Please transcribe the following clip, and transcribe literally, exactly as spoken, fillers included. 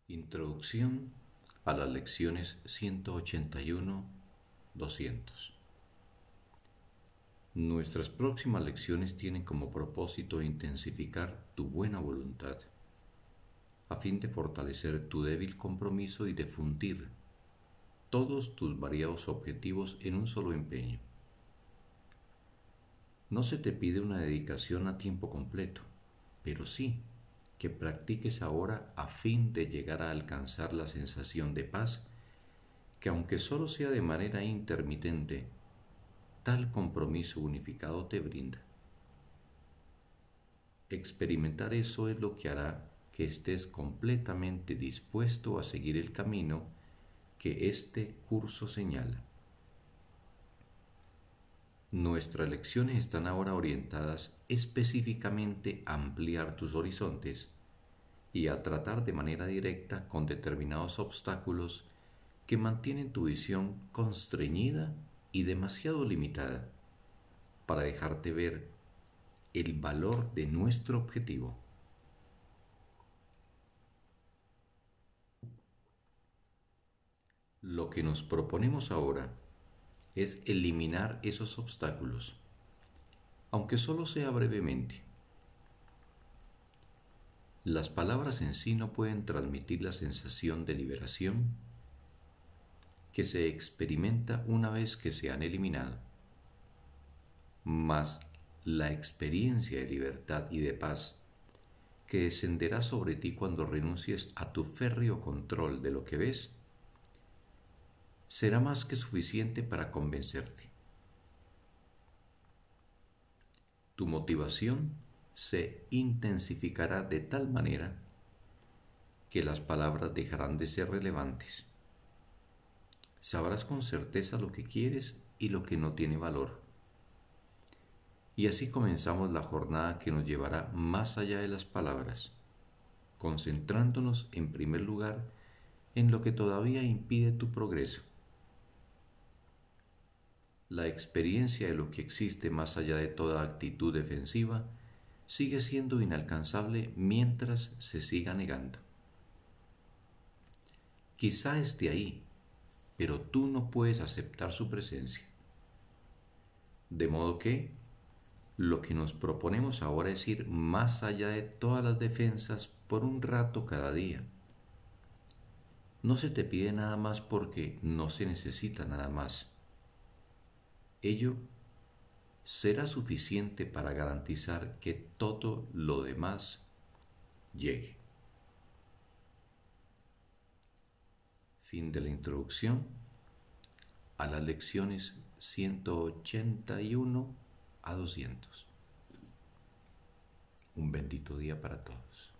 Introducción a las lecciones ciento ochenta y uno a doscientos. Nuestras próximas lecciones tienen como propósito intensificar tu buena voluntad, a fin de fortalecer tu débil compromiso y de fundir todos tus variados objetivos en un solo empeño. No se te pide una dedicación a tiempo completo, pero sí que practiques ahora a fin de llegar a alcanzar la sensación de paz que, aunque solo sea de manera intermitente, tal compromiso unificado te brinda. Experimentar eso es lo que hará que estés completamente dispuesto a seguir el camino que este curso señala. Nuestras lecciones están ahora orientadas específicamente a ampliar tus horizontes y a tratar de manera directa con determinados obstáculos que mantienen tu visión constreñida y demasiado limitada para dejarte ver el valor de nuestro objetivo. Lo que nos proponemos ahora es eliminar esos obstáculos, aunque solo sea brevemente. Las palabras en sí no pueden transmitir la sensación de liberación que se experimenta una vez que se han eliminado, mas la experiencia de libertad y de paz que descenderá sobre ti cuando renuncies a tu férreo control de lo que ves será más que suficiente para convencerte. Tu motivación se intensificará de tal manera que las palabras dejarán de ser relevantes. Sabrás con certeza lo que quieres y lo que no tiene valor. Y así comenzamos la jornada que nos llevará más allá de las palabras, concentrándonos en primer lugar en lo que todavía impide tu progreso. La experiencia de lo que existe más allá de toda actitud defensiva sigue siendo inalcanzable mientras se siga negando. Quizá esté ahí, pero tú no puedes aceptar su presencia. De modo que lo que nos proponemos ahora es ir más allá de todas las defensas por un rato cada día. No se te pide nada más porque no se necesita nada más. Ello será suficiente para garantizar que todo lo demás llegue. Fin de la introducción a las lecciones ciento ochenta y uno a doscientos. Un bendito día para todos.